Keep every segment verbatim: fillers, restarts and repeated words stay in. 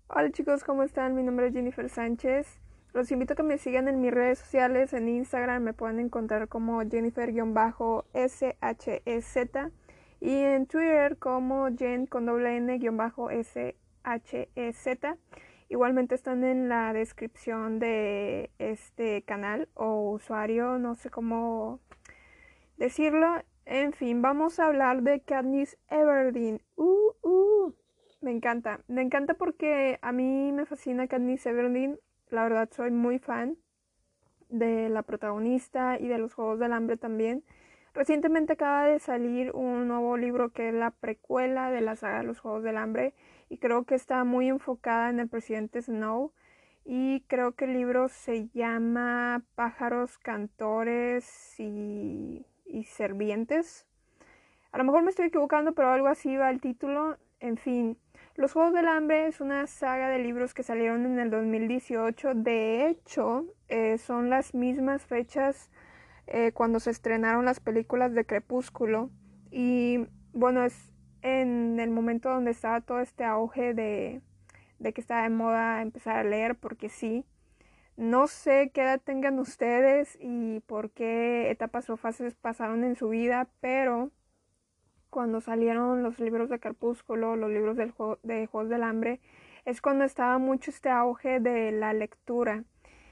Hola chicos, ¿cómo están? Mi nombre es Jennifer Sánchez. Los invito a que me sigan en mis redes sociales. En Instagram me pueden encontrar como Jennifer-S H E Z y en Twitter como Jen con doble N-S H E Z. Igualmente están en la descripción de este canal o usuario, no sé cómo decirlo. En fin, vamos a hablar de Katniss Everdeen. Uh, uh. Me encanta, me encanta porque a mí me fascina Katniss Everdeen. La verdad soy muy fan de la protagonista y de los Juegos del Hambre también. Recientemente acaba de salir un nuevo libro que es la precuela de la saga de los Juegos del Hambre y creo que está muy enfocada en el presidente Snow y creo que el libro se llama Pájaros, Cantores y, y Servientes. A lo mejor me estoy equivocando, pero algo así va el título. En fin, Los Juegos del Hambre es una saga de libros que salieron en el dos mil dieciocho. De hecho, eh, son las mismas fechas eh, cuando se estrenaron las películas de Crepúsculo. Y bueno, es en el momento donde estaba todo este auge de, de que estaba de moda empezar a leer, porque sí. No sé qué edad tengan ustedes y por qué etapas o fases pasaron en su vida, pero cuando salieron los libros de Crepúsculo, los libros del juego, de Juegos del Hambre, es cuando estaba mucho este auge de la lectura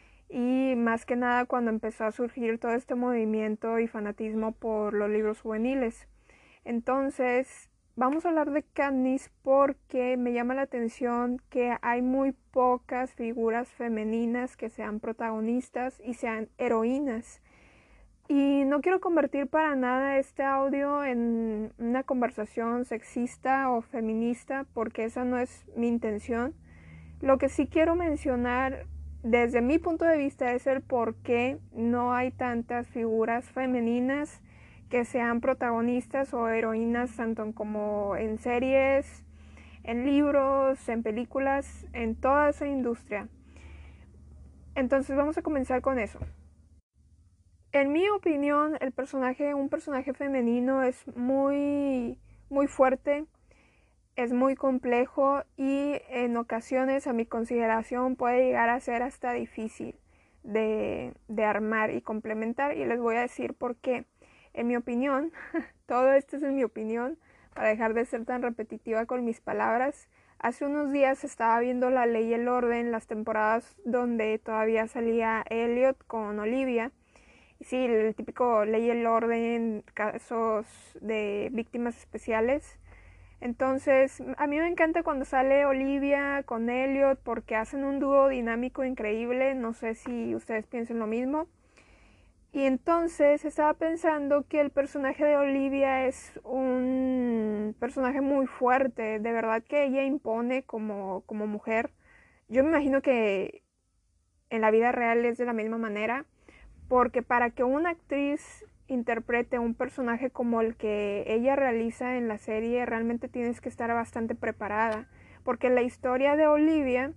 y más que nada cuando empezó a surgir todo este movimiento y fanatismo por los libros juveniles. Entonces, vamos a hablar de Katniss porque me llama la atención que hay muy pocas figuras femeninas que sean protagonistas y sean heroínas. Y no quiero convertir para nada este audio en una conversación sexista o feminista, porque esa no es mi intención. Lo que sí quiero mencionar desde mi punto de vista es el por qué no hay tantas figuras femeninas que sean protagonistas o heroínas, tanto como en series, en libros, en películas, en toda esa industria. Entonces vamos a comenzar con eso. En mi opinión, el personaje, un personaje femenino es muy, muy fuerte, es muy complejo y en ocasiones, a mi consideración, puede llegar a ser hasta difícil de, de armar y complementar. Y les voy a decir por qué. En mi opinión, todo esto es en mi opinión, para dejar de ser tan repetitiva con mis palabras. Hace unos días estaba viendo La Ley y el Orden, las temporadas donde todavía salía Elliot con Olivia. Sí, el típico Ley y el Orden, casos de víctimas especiales. Entonces, a mí me encanta cuando sale Olivia con Elliot porque hacen un dúo dinámico increíble. No sé si ustedes piensan lo mismo. Y entonces estaba pensando que el personaje de Olivia es un personaje muy fuerte. De verdad que ella impone como, como mujer. Yo me imagino que en la vida real es de la misma manera, porque para que una actriz interprete un personaje como el que ella realiza en la serie, realmente tienes que estar bastante preparada, porque la historia de Olivia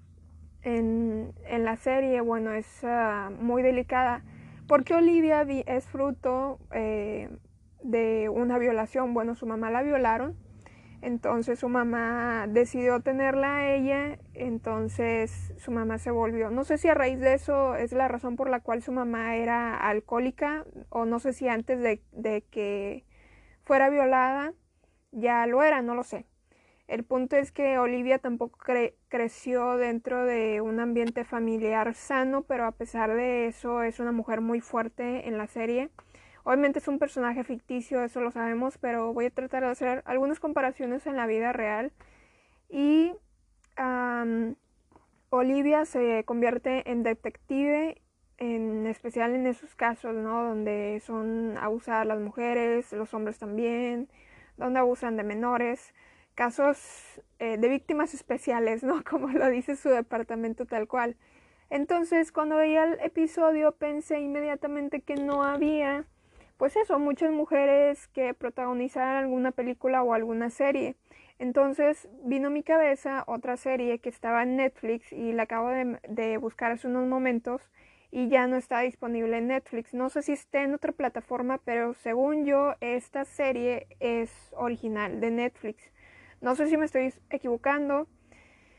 en, en la serie, bueno, es uh, muy delicada, porque Olivia es fruto eh, de una violación. Bueno, su mamá la violaron, entonces su mamá decidió tenerla a ella, entonces su mamá se volvió, no sé si a raíz de eso es la razón por la cual su mamá era alcohólica, o no sé si antes de, de que fuera violada ya lo era, no lo sé. El punto es que Olivia tampoco cre creció dentro de un ambiente familiar sano, pero a pesar de eso es una mujer muy fuerte en la serie. Obviamente es un personaje ficticio, eso lo sabemos, pero voy a tratar de hacer algunas comparaciones en la vida real. Y um, Olivia se convierte en detective, en especial en esos casos, ¿no? Donde son abusadas las mujeres, los hombres también, donde abusan de menores, casos eh, de víctimas especiales, ¿no? Como lo dice su departamento tal cual. Entonces, cuando veía el episodio, pensé inmediatamente que no había, pues eso, muchas mujeres que protagonizaran alguna película o alguna serie. Entonces vino a mi cabeza otra serie que estaba en Netflix y la acabo de, de buscar hace unos momentos y ya no está disponible en Netflix. No sé si está en otra plataforma, pero según yo esta serie es original de Netflix. No sé si me estoy equivocando,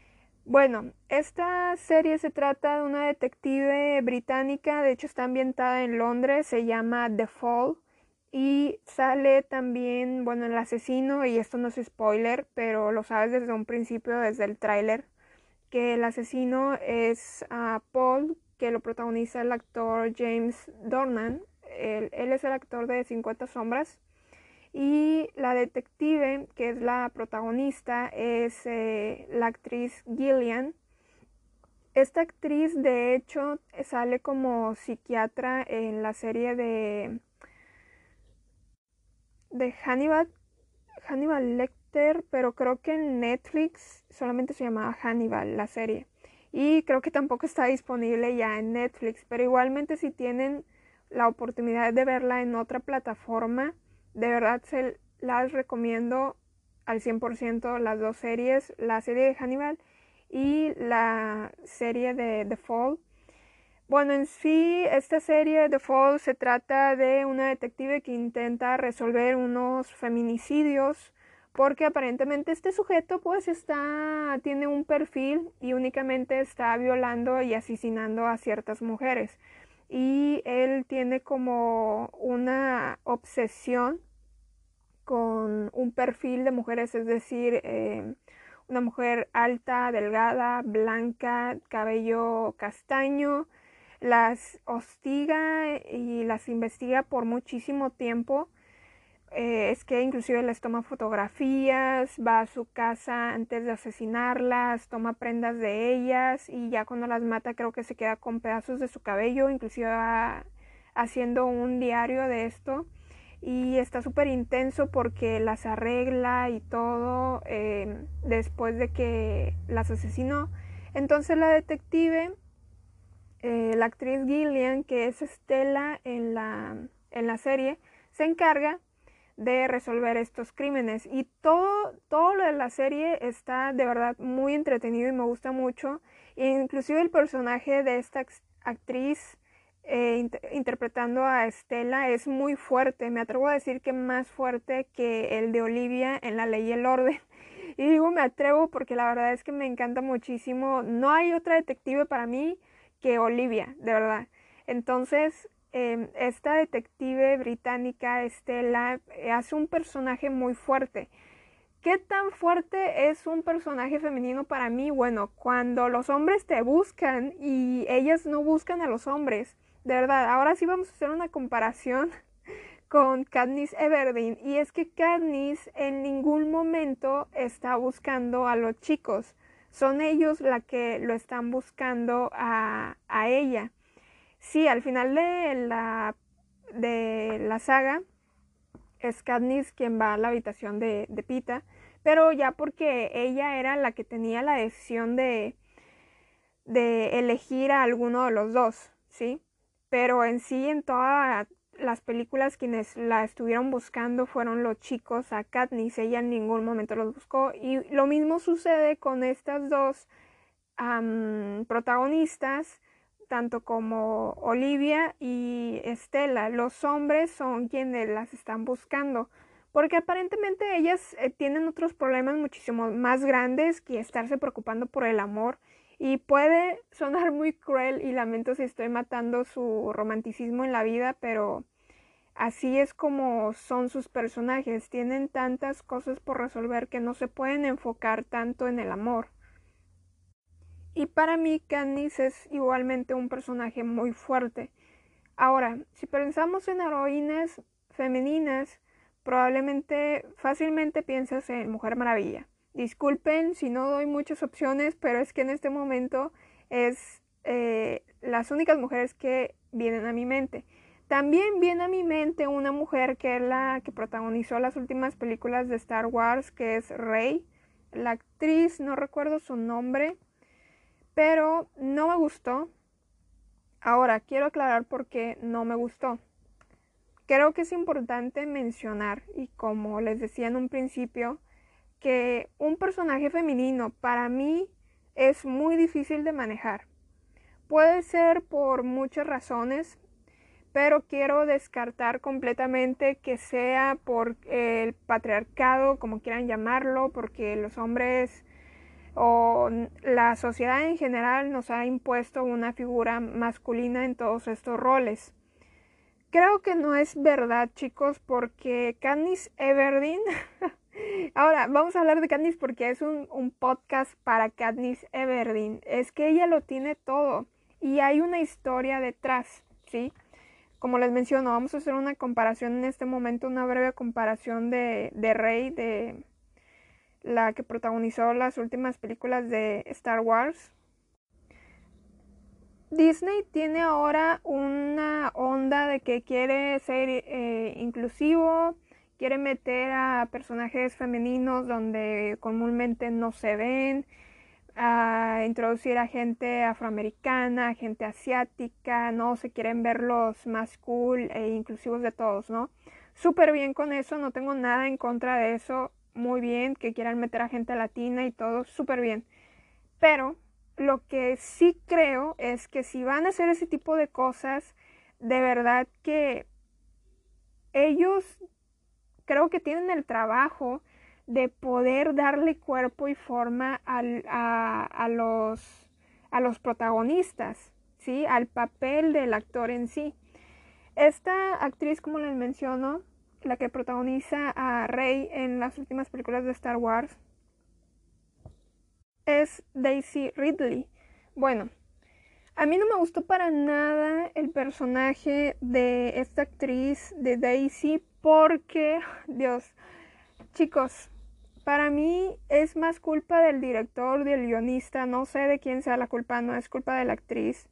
Bueno, esta serie se trata de una detective británica, de hecho está ambientada en Londres, se llama The Fall y sale también, bueno, el asesino, y esto no es spoiler, pero lo sabes desde un principio, desde el tráiler, que el asesino es uh, Paul, que lo protagoniza el actor James Dornan. Él, él es el actor de cincuenta sombras. Y la detective, que es la protagonista, es eh, la actriz Gillian. Esta actriz, de hecho, sale como psiquiatra en la serie de, de Hannibal, Hannibal Lecter, pero creo que en Netflix solamente se llamaba Hannibal la serie. Y creo que tampoco está disponible ya en Netflix, pero igualmente si tienen la oportunidad de verla en otra plataforma, de verdad se las recomiendo al cien por ciento las dos series, la serie de Hannibal y la serie de The Fall. Bueno, en sí, esta serie The Fall se trata de una detective que intenta resolver unos feminicidios porque aparentemente este sujeto pues está, tiene un perfil y únicamente está violando y asesinando a ciertas mujeres. Y él tiene como una obsesión con un perfil de mujeres, es decir, eh, una mujer alta, delgada, blanca, cabello castaño. Las hostiga y las investiga por muchísimo tiempo. Eh, es que inclusive les toma fotografías, va a su casa antes de asesinarlas, toma prendas de ellas y ya cuando las mata creo que se queda con pedazos de su cabello, inclusive va haciendo un diario de esto y está súper intenso porque las arregla y todo eh, después de que las asesinó. Entonces la detective, eh, la actriz Gillian, que es Estela en la, en la serie, se encarga de resolver estos crímenes y todo, todo lo de la serie está de verdad muy entretenido y me gusta mucho. E inclusive el personaje de esta actriz eh, inter interpretando a Estela es muy fuerte, me atrevo a decir que más fuerte que el de Olivia en La Ley y el Orden. Y digo me atrevo porque la verdad es que me encanta muchísimo, no hay otra detective para mí que Olivia, de verdad. Entonces eh, esta detective británica, Estela, eh, hace un personaje muy fuerte. ¿Qué tan fuerte es un personaje femenino para mí? Bueno, cuando los hombres te buscan y ellas no buscan a los hombres. De verdad, ahora sí vamos a hacer una comparación con Katniss Everdeen. Y es que Katniss en ningún momento está buscando a los chicos. Son ellos la que lo están buscando a, a ella. Sí, al final de la, de la saga es Katniss quien va a la habitación de, de Pita, pero ya porque ella era la que tenía la decisión de, de elegir a alguno de los dos, ¿sí? Pero en sí, en todas las películas, quienes la estuvieron buscando fueron los chicos a Katniss, ella en ningún momento los buscó, y lo mismo sucede con estas dos um, protagonistas, tanto como Olivia y Estela. Los hombres son quienes las están buscando, porque aparentemente ellas eh, tienen otros problemas muchísimo más grandes que estarse preocupando por el amor. Y puede sonar muy cruel y lamento si estoy matando su romanticismo en la vida, pero así es como son sus personajes. Tienen tantas cosas por resolver que no se pueden enfocar tanto en el amor. Y para mí Katniss es igualmente un personaje muy fuerte. Ahora, si pensamos en heroínas femeninas, probablemente fácilmente piensas en Mujer Maravilla. Disculpen si no doy muchas opciones, pero es que en este momento es eh, las únicas mujeres que vienen a mi mente. También viene a mi mente una mujer que es la que protagonizó las últimas películas de Star Wars, que es Rey. La actriz, no recuerdo su nombre, pero no me gustó. Ahora, quiero aclarar por qué no me gustó. Creo que es importante mencionar, y como les decía en un principio, que un personaje femenino para mí es muy difícil de manejar. Puede ser por muchas razones, pero quiero descartar completamente que sea por el patriarcado, como quieran llamarlo, porque los hombres o la sociedad en general nos ha impuesto una figura masculina en todos estos roles. Creo que no es verdad, chicos, porque Katniss Everdeen ahora vamos a hablar de Katniss porque es un, un podcast para Katniss Everdeen. Es que ella lo tiene todo y hay una historia detrás, ¿sí? Como les menciono, vamos a hacer una comparación en este momento, una breve comparación de, de Rey, de la que protagonizó las últimas películas de Star Wars. Disney tiene ahora una onda de que quiere ser eh, inclusivo, quiere meter a personajes femeninos donde comúnmente no se ven, a introducir a gente afroamericana, gente asiática, ¿no? Se quieren verlos más cool e inclusivos de todos, ¿no? Súper bien con eso, no tengo nada en contra de eso, muy bien, que quieran meter a gente latina y todo, súper bien. Pero lo que sí creo es que si van a hacer ese tipo de cosas, de verdad que ellos creo que tienen el trabajo de poder darle cuerpo y forma al, a, a, los, a los protagonistas, ¿sí? Al papel del actor en sí. Esta actriz, como les menciono, la que protagoniza a Rey en las últimas películas de Star Wars, es Daisy Ridley. Bueno, a mí no me gustó para nada el personaje de esta actriz, de Daisy, porque, Dios, chicos, para mí es más culpa del director, del guionista, no sé de quién sea la culpa, no es culpa de la actriz.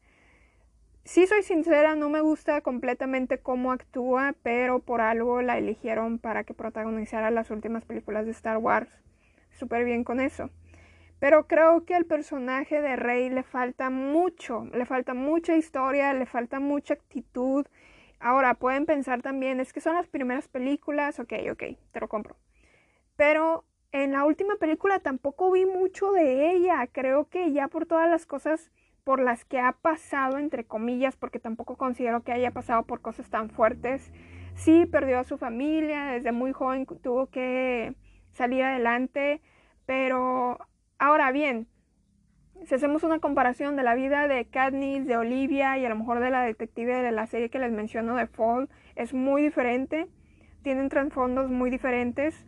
Sí soy sincera, no me gusta completamente cómo actúa, pero por algo la eligieron para que protagonizara las últimas películas de Star Wars. Súper bien con eso. Pero creo que al personaje de Rey le falta mucho, le falta mucha historia, le falta mucha actitud. Ahora, pueden pensar también, es que son las primeras películas, ok, ok, te lo compro. Pero en la última película tampoco vi mucho de ella. Creo que ya por todas las cosas por las que ha pasado, entre comillas, porque tampoco considero que haya pasado por cosas tan fuertes. Sí, perdió a su familia, desde muy joven tuvo que salir adelante, pero ahora bien, si hacemos una comparación de la vida de Katniss, de Olivia y a lo mejor de la detective de la serie que les menciono de Fall, es muy diferente, tienen trasfondos muy diferentes.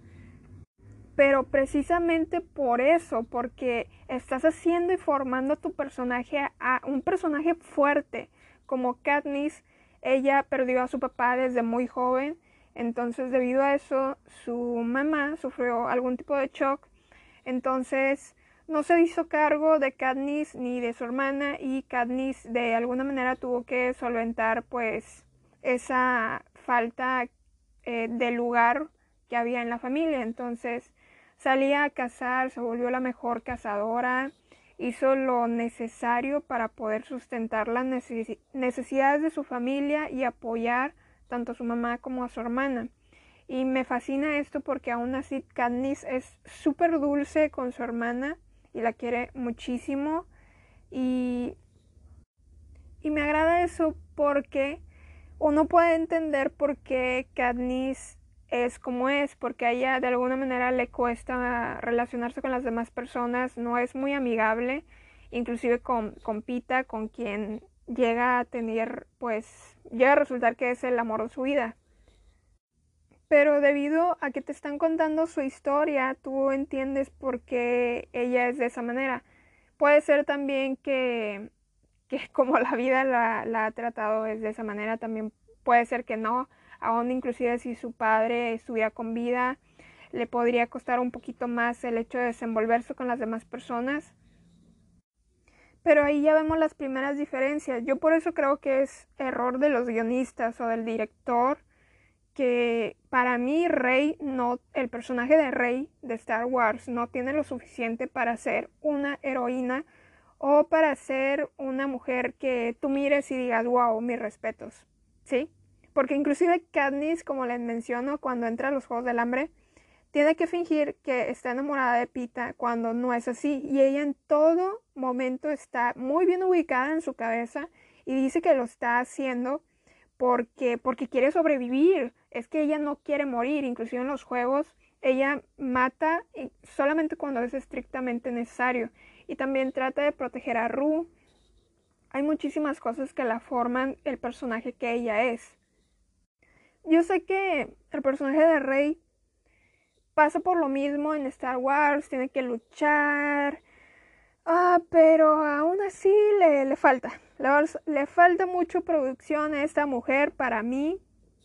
Pero precisamente por eso, porque estás haciendo y formando a tu personaje a un personaje fuerte, como Katniss, ella perdió a su papá desde muy joven, entonces debido a eso su mamá sufrió algún tipo de shock, entonces no se hizo cargo de Katniss ni de su hermana y Katniss de alguna manera tuvo que solventar pues esa falta eh, de lugar que había en la familia, entonces salía a cazar, se volvió la mejor cazadora, hizo lo necesario para poder sustentar las neces- necesidades de su familia y apoyar tanto a su mamá como a su hermana. Y me fascina esto porque aún así Katniss es súper dulce con su hermana y la quiere muchísimo. Y, y me agrada eso porque uno puede entender por qué Katniss es como es, porque a ella de alguna manera le cuesta relacionarse con las demás personas, no es muy amigable, inclusive con, con Pita, con quien llega a tener, pues, llega a resultar que es el amor de su vida. Pero debido a que te están contando su historia, tú entiendes por qué ella es de esa manera. Puede ser también que, que como la vida la, la ha tratado es de esa manera, también puede ser que no, aún inclusive si su padre estuviera con vida, le podría costar un poquito más el hecho de desenvolverse con las demás personas. Pero ahí ya vemos las primeras diferencias. Yo por eso creo que es error de los guionistas o del director, que para mí Rey no, el personaje de Rey de Star Wars no tiene lo suficiente para ser una heroína o para ser una mujer que tú mires y digas, wow, mis respetos, ¿sí? Porque inclusive Katniss, como les menciono, cuando entra a los Juegos del Hambre, tiene que fingir que está enamorada de Pita cuando no es así. Y ella en todo momento está muy bien ubicada en su cabeza y dice que lo está haciendo porque, porque quiere sobrevivir. Es que ella no quiere morir. Inclusive en los juegos ella mata solamente cuando es estrictamente necesario y también trata de proteger a Rue. Hay muchísimas cosas que la forman el personaje que ella es. Yo sé que el personaje de Rey pasa por lo mismo en Star Wars, tiene que luchar, ah, pero aún así le, le falta, le, le falta mucho producción a esta mujer para mí.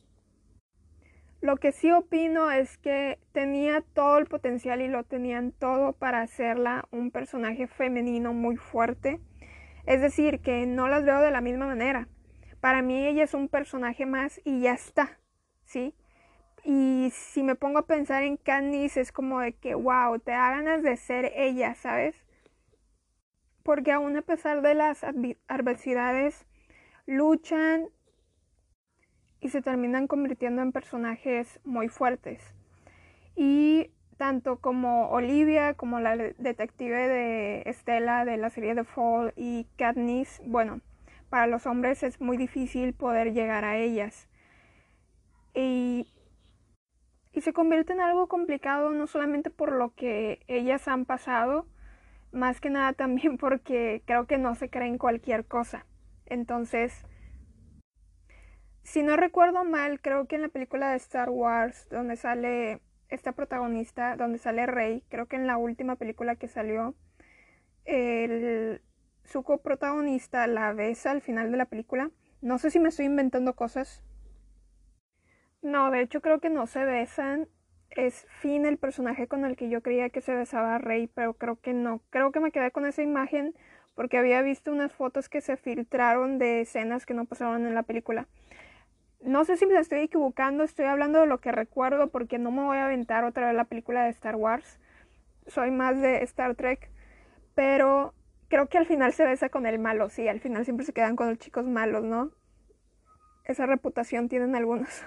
Lo que sí opino es que tenía todo el potencial y lo tenían todo para hacerla un personaje femenino muy fuerte. Es decir, que no las veo de la misma manera. Para mí ella es un personaje más y ya está, ¿sí? Y si me pongo a pensar en Katniss es como de que, wow, te da ganas de ser ella, ¿sabes? Porque aún a pesar de las adversidades, luchan y se terminan convirtiendo en personajes muy fuertes. Y tanto como Olivia, como la detective de Estela de la serie The Fall y Katniss, bueno, para los hombres es muy difícil poder llegar a ellas. Y, y se convierte en algo complicado no solamente por lo que ellas han pasado, más que nada también porque creo que no se creen cualquier cosa. Entonces, si no recuerdo mal, creo que en la película de Star Wars, donde sale esta protagonista, donde sale Rey, creo que en la última película que salió, el, su coprotagonista la besa al final de la película. No sé si me estoy inventando cosas. No, de hecho creo que no se besan. Es Finn el personaje con el que yo creía que se besaba a Rey, pero creo que no. Creo que me quedé con esa imagen porque había visto unas fotos que se filtraron de escenas que no pasaron en la película. No sé si me estoy equivocando, estoy hablando de lo que recuerdo porque no me voy a aventar otra vez la película de Star Wars. Soy más de Star Trek, pero creo que al final se besa con el malo, sí, al final siempre se quedan con los chicos malos, ¿no? Esa reputación tienen algunos.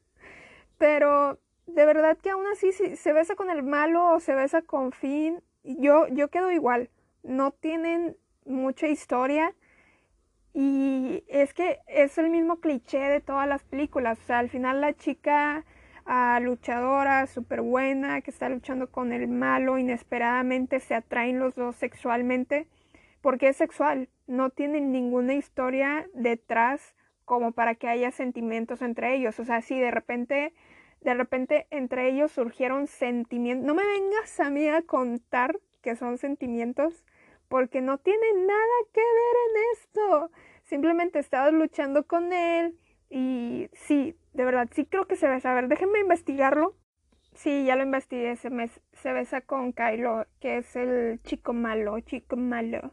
Pero de verdad que aún así, si se besa con el malo o se besa con Finn, yo, yo quedo igual. No tienen mucha historia. Y es que es el mismo cliché de todas las películas. O sea, al final la chica uh, luchadora, súper buena, que está luchando con el malo, inesperadamente se atraen los dos sexualmente. Porque es sexual. No tienen ninguna historia detrás como para que haya sentimientos entre ellos. O sea, si de repente, de repente entre ellos surgieron sentimientos. No me vengas a mí a contar que son sentimientos, porque no tiene nada que ver en esto. Simplemente estabas luchando con él y sí, de verdad, sí creo que se besa. A ver, déjenme investigarlo. Sí, ya lo investigué, se, me, se besa con Kylo, que es el chico malo, chico malo.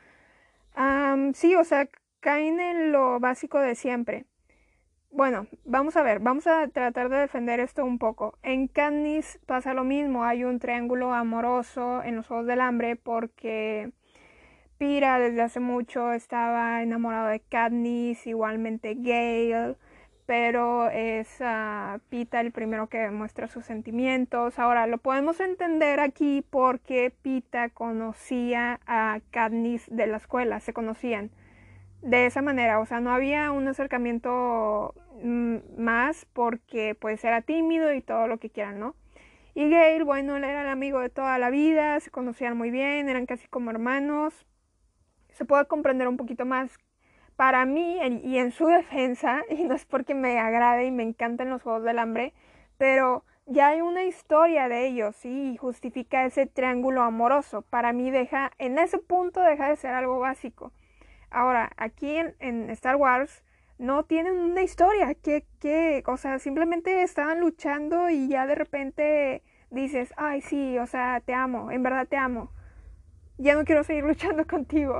Um, sí, o sea, caen en lo básico de siempre. Bueno, vamos a ver, vamos a tratar de defender esto un poco. En Katniss pasa lo mismo, hay un triángulo amoroso en los Juegos del Hambre porque Pyra desde hace mucho estaba enamorado de Katniss, igualmente Gale, pero es uh, Pita el primero que demuestra sus sentimientos. Ahora, lo podemos entender aquí porque Pita conocía a Katniss de la escuela, se conocían de esa manera, o sea, no había un acercamiento mm, más porque pues era tímido y todo lo que quieran, ¿no? Y Gale, bueno, él era el amigo de toda la vida, se conocían muy bien, eran casi como hermanos. Se puede comprender un poquito más. Para mí, y en su defensa, y no es porque me agrade y me encanten los Juegos del Hambre, pero ya hay una historia de ellos, sí, y justifica ese triángulo amoroso. Para mí deja, en ese punto deja de ser algo básico. Ahora, aquí en, en Star Wars no tienen una historia, que, que, o sea, simplemente estaban luchando y ya de repente dices, ay sí, o sea, te amo, en verdad te amo, ya no quiero seguir luchando contigo.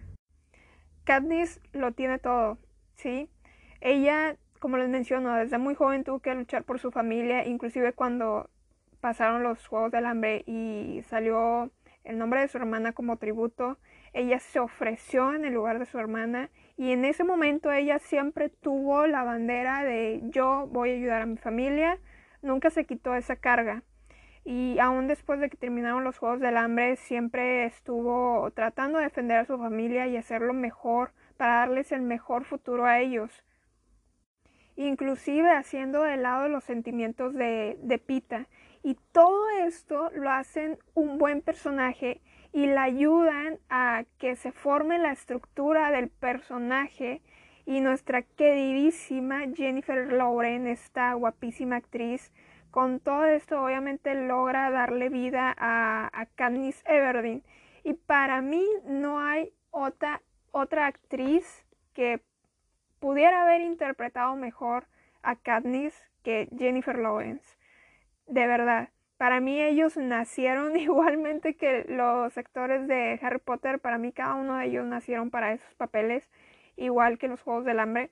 Katniss lo tiene todo, ¿sí? Ella, como les menciono, desde muy joven tuvo que luchar por su familia, inclusive cuando pasaron los Juegos del Hambre y salió el nombre de su hermana como tributo, ella se ofreció en el lugar de su hermana y en ese momento ella siempre tuvo la bandera de yo voy a ayudar a mi familia, nunca se quitó esa carga. Y aún después de que terminaron los Juegos del Hambre, siempre estuvo tratando de defender a su familia y hacerlo mejor para darles el mejor futuro a ellos. Inclusive haciendo de lado los sentimientos de, de Pita. Y todo esto lo hacen un buen personaje y le ayudan a que se forme la estructura del personaje. Y nuestra queridísima Jennifer Lawrence, esta guapísima actriz, con todo esto obviamente logra darle vida a, a Katniss Everdeen. Y para mí no hay otra, otra actriz que pudiera haber interpretado mejor a Katniss que Jennifer Lawrence. De verdad, para mí ellos nacieron igualmente que los actores de Harry Potter. Para mí cada uno de ellos nacieron para esos papeles, igual que los Juegos del Hambre.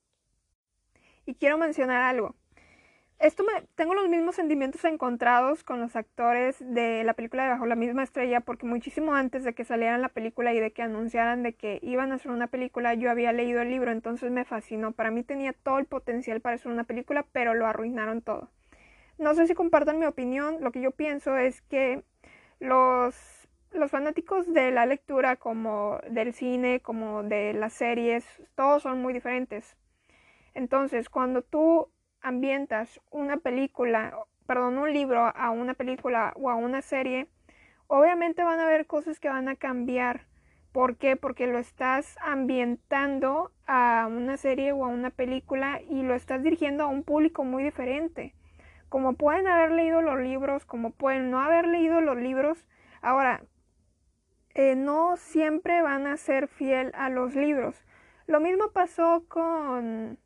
Y quiero mencionar algo. Esto me, tengo los mismos sentimientos encontrados con los actores de la película de Bajo la misma estrella, porque muchísimo antes de que salieran la película y de que anunciaran de que iban a hacer una película, yo había leído el libro, entonces me fascinó. Para mí tenía todo el potencial para hacer una película, pero lo arruinaron todo. No sé si compartan mi opinión. Lo que yo pienso es que los, los fanáticos de la lectura, como del cine, como de las series, todos son muy diferentes. Entonces, cuando tú ambientas una película, perdón, un libro a una película o a una serie, obviamente van a haber cosas que van a cambiar. ¿Por qué? Porque lo estás ambientando a una serie o a una película y lo estás dirigiendo a un público muy diferente. Como pueden haber leído los libros, como pueden no haber leído los libros. Ahora, eh, no siempre van a ser fiel a los libros. Lo mismo pasó con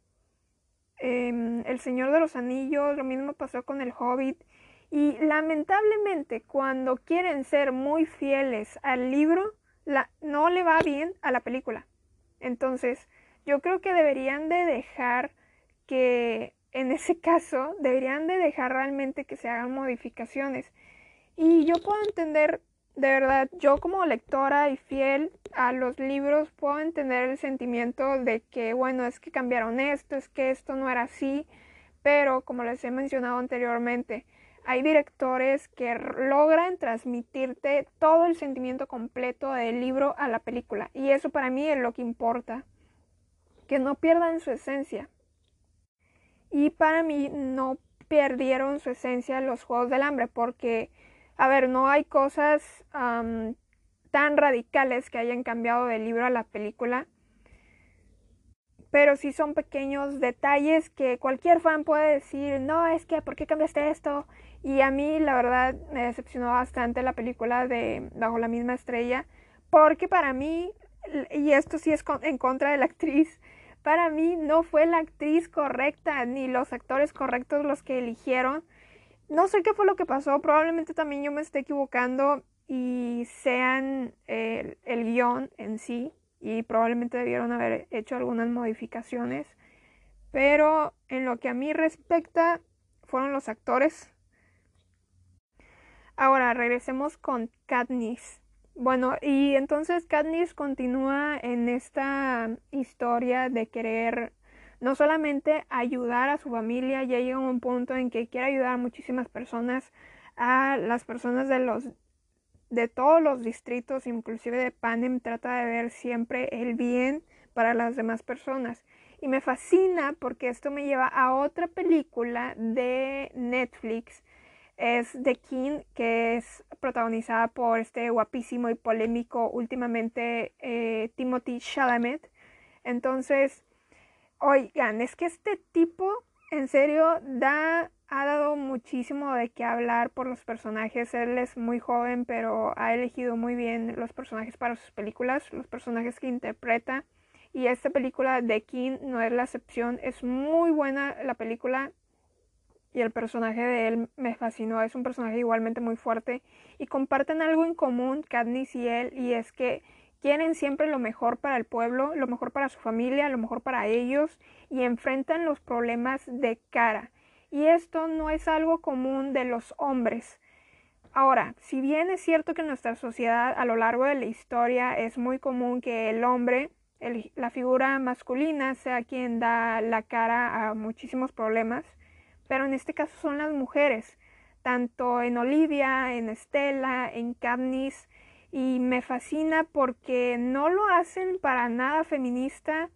eh, El Señor de los Anillos, lo mismo pasó con El Hobbit. Y lamentablemente, cuando quieren ser muy fieles al libro, la, no le va bien a la película. Entonces, yo creo que deberían de dejar que, en ese caso, deberían de dejar realmente que se hagan modificaciones. Y yo puedo entender, de verdad, yo como lectora y fiel a los libros, puedo entender el sentimiento de que, bueno, es que cambiaron esto, es que esto no era así, pero como les he mencionado anteriormente, hay directores que logran transmitirte todo el sentimiento completo del libro a la película, y eso para mí es lo que importa, que no pierdan su esencia. Y para mí no perdieron su esencia los Juegos del Hambre, porque, a ver, no hay cosas um, tan radicales que hayan cambiado del libro a la película, pero sí son pequeños detalles que cualquier fan puede decir, no, es que, ¿por qué cambiaste esto? Y a mí, la verdad, me decepcionó bastante la película de Bajo la misma estrella, porque para mí, y esto sí es en contra de la actriz, para mí no fue la actriz correcta, ni los actores correctos los que eligieron. No sé qué fue lo que pasó, probablemente también yo me esté equivocando y sean el, el guión en sí, y probablemente debieron haber hecho algunas modificaciones, pero en lo que a mí respecta fueron los actores. Ahora regresemos con Katniss. Bueno, y entonces Katniss continúa en esta historia de querer no solamente ayudar a su familia, ya llega un punto en que quiere ayudar a muchísimas personas, a las personas de los de todos los distritos, inclusive de Panem, trata de ver siempre el bien para las demás personas. Y me fascina porque esto me lleva a otra película de Netflix, es The King, que es protagonizada por este guapísimo y polémico últimamente eh, Timothée Chalamet. Entonces, oigan, es que este tipo en serio da, ha dado muchísimo de qué hablar por los personajes. Él es muy joven, pero ha elegido muy bien los personajes para sus películas, los personajes que interpreta. Y esta película The King no es la excepción. Es muy buena la película y el personaje de él me fascinó. Es un personaje igualmente muy fuerte y comparten algo en común, Katniss y él, y es que quieren siempre lo mejor para el pueblo, lo mejor para su familia, lo mejor para ellos, y enfrentan los problemas de cara. Y esto no es algo común de los hombres. Ahora, si bien es cierto que en nuestra sociedad a lo largo de la historia es muy común que el hombre, el, la figura masculina, sea quien da la cara a muchísimos problemas, pero en este caso son las mujeres, tanto en Olivia, en Estela, en Katniss, y me fascina porque no lo hacen para nada feminista,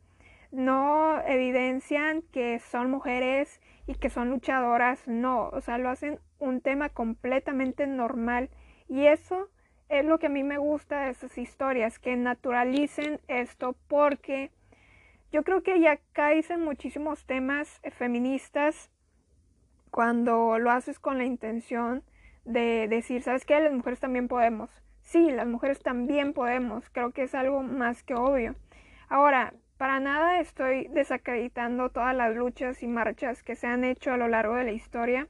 no evidencian que son mujeres y que son luchadoras, no, o sea, lo hacen un tema completamente normal. Y eso es lo que a mí me gusta de esas historias, que naturalicen esto, porque yo creo que ya caes en muchísimos temas feministas cuando lo haces con la intención de decir, ¿sabes qué? Las mujeres también podemos. Sí, las mujeres también podemos. Creo que es algo más que obvio. Ahora, para nada estoy desacreditando todas las luchas y marchas que se han hecho a lo largo de la historia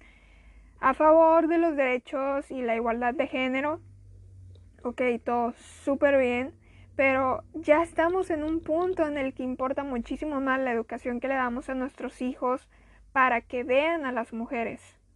a favor de los derechos y la igualdad de género. Ok, todo súper bien, pero ya estamos en un punto en el que importa muchísimo más la educación que le damos a nuestros hijos para que vean a las mujeres.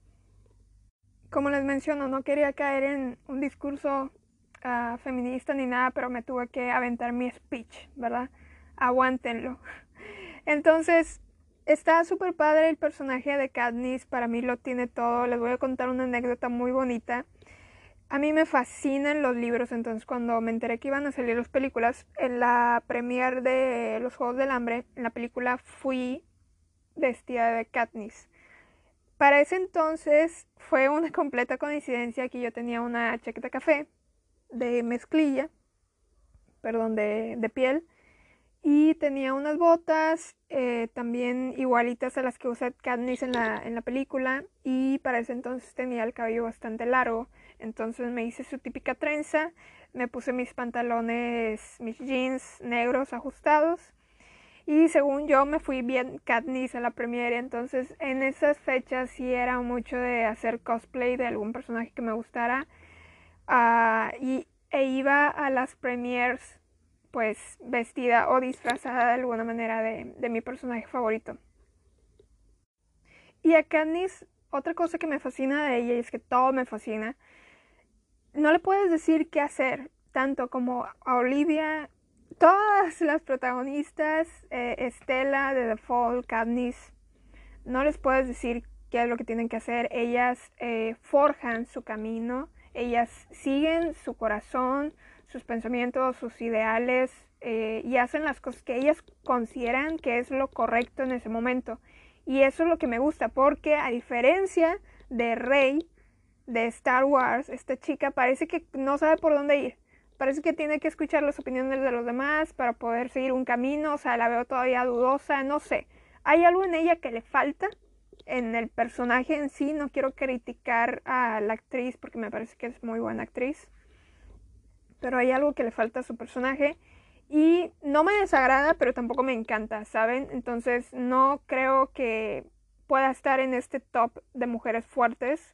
Como les menciono, no quería caer en un discurso uh, feminista ni nada, pero me tuve que aventar mi speech, ¿verdad? Aguántenlo. Entonces, está súper padre el personaje de Katniss, para mí lo tiene todo. Les voy a contar una anécdota muy bonita. A mí me fascinan los libros, entonces cuando me enteré que iban a salir las películas, en la premiere de Los Juegos del Hambre, en la película fui vestida de Katniss. Para ese entonces fue una completa coincidencia que yo tenía una chaqueta café de mezclilla, perdón, de, de piel, y tenía unas botas eh, también igualitas a las que usa Katniss en la, en la película, y para ese entonces tenía el cabello bastante largo. Entonces me hice su típica trenza, me puse mis pantalones, mis jeans negros ajustados, y según yo me fui bien Katniss a la premiere. Entonces en esas fechas sí era mucho de hacer cosplay de algún personaje que me gustara, uh, y, e iba a las premieres pues vestida o disfrazada de alguna manera de, de mi personaje favorito. Y a Katniss, otra cosa que me fascina de ella, y es que todo me fascina, no le puedes decir qué hacer, tanto como a Olivia, todas las protagonistas, eh, Stella, de The Fall, Katniss, no les puedes decir qué es lo que tienen que hacer. Ellas eh, forjan su camino, ellas siguen su corazón, sus pensamientos, sus ideales, eh, y hacen las cosas que ellas consideran que es lo correcto en ese momento. Y eso es lo que me gusta, porque a diferencia de Rey, de Star Wars, esta chica parece que no sabe por dónde ir. Parece que tiene que escuchar las opiniones de los demás para poder seguir un camino. O sea, la veo todavía dudosa, no sé. Hay algo en ella que le falta, en el personaje en sí. No quiero criticar a la actriz porque me parece que es muy buena actriz, pero hay algo que le falta a su personaje y no me desagrada, pero tampoco me encanta, ¿saben? Entonces no creo que pueda estar en este top de mujeres fuertes.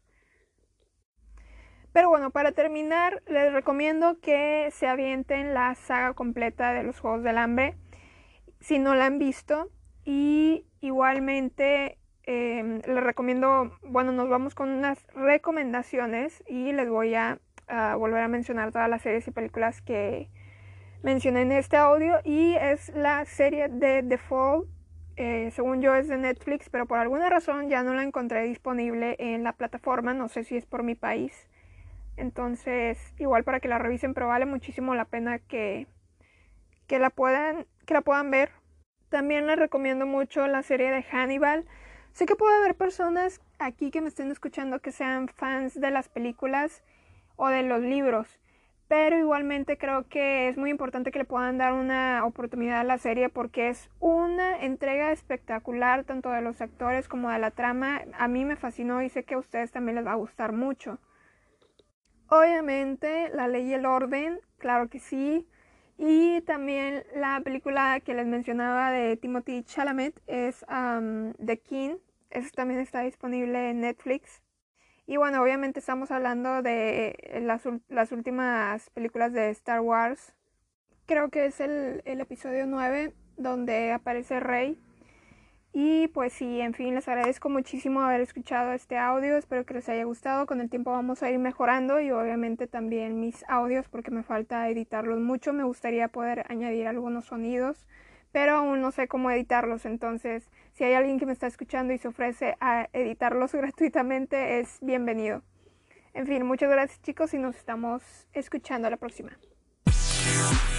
Pero bueno, para terminar, les recomiendo que se avienten la saga completa de los Juegos del Hambre, si no la han visto. Y igualmente eh, les recomiendo, bueno, nos vamos con unas recomendaciones y les voy a, a volver a mencionar todas las series y películas que mencioné en este audio. Y es la serie de The Fall. Eh, según yo es de Netflix, pero por alguna razón ya no la encontré disponible en la plataforma. No sé si es por mi país. Entonces, igual para que la revisen, pero vale muchísimo la pena que, que, la puedan, que la puedan ver. También les recomiendo mucho la serie de Hannibal. Sé que puede haber personas aquí que me estén escuchando que sean fans de las películas o de los libros, pero igualmente creo que es muy importante que le puedan dar una oportunidad a la serie, porque es una entrega espectacular tanto de los actores como de la trama. A mí me fascinó y sé que a ustedes también les va a gustar mucho. Obviamente, La Ley y el Orden, claro que sí. Y también la película que les mencionaba de Timothée Chalamet es um, The King. Esa también está disponible en Netflix. Y bueno, obviamente estamos hablando de las, las últimas películas de Star Wars. Creo que es el, el episodio nueve donde aparece Rey. Y pues sí, en fin, les agradezco muchísimo haber escuchado este audio. Espero que les haya gustado. Con el tiempo vamos a ir mejorando, y obviamente también mis audios, porque me falta editarlos mucho. Me gustaría poder añadir algunos sonidos, pero aún no sé cómo editarlos. Entonces, si hay alguien que me está escuchando y se ofrece a editarlos gratuitamente, es bienvenido. En fin, muchas gracias, chicos, y nos estamos escuchando a la próxima.